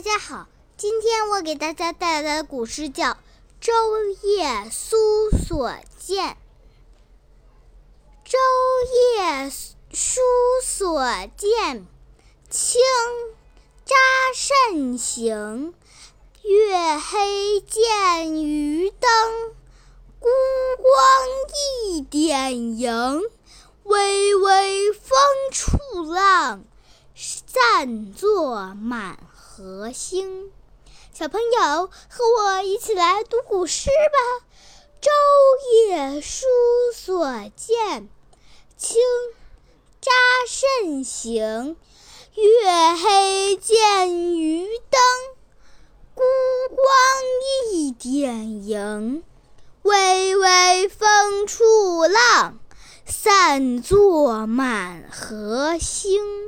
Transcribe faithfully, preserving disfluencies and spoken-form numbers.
家好，今天我给大家带来的古诗叫《舟夜书所见》。舟夜书所见，轻纱慎行。月黑见渔灯，孤光一点萤。微微风触浪，散作满河星。小朋友，和我一起来读古诗吧。舟夜书所见，轻纱慎行。月黑见渔灯，孤光一点萤。微微风触浪，散作满河星。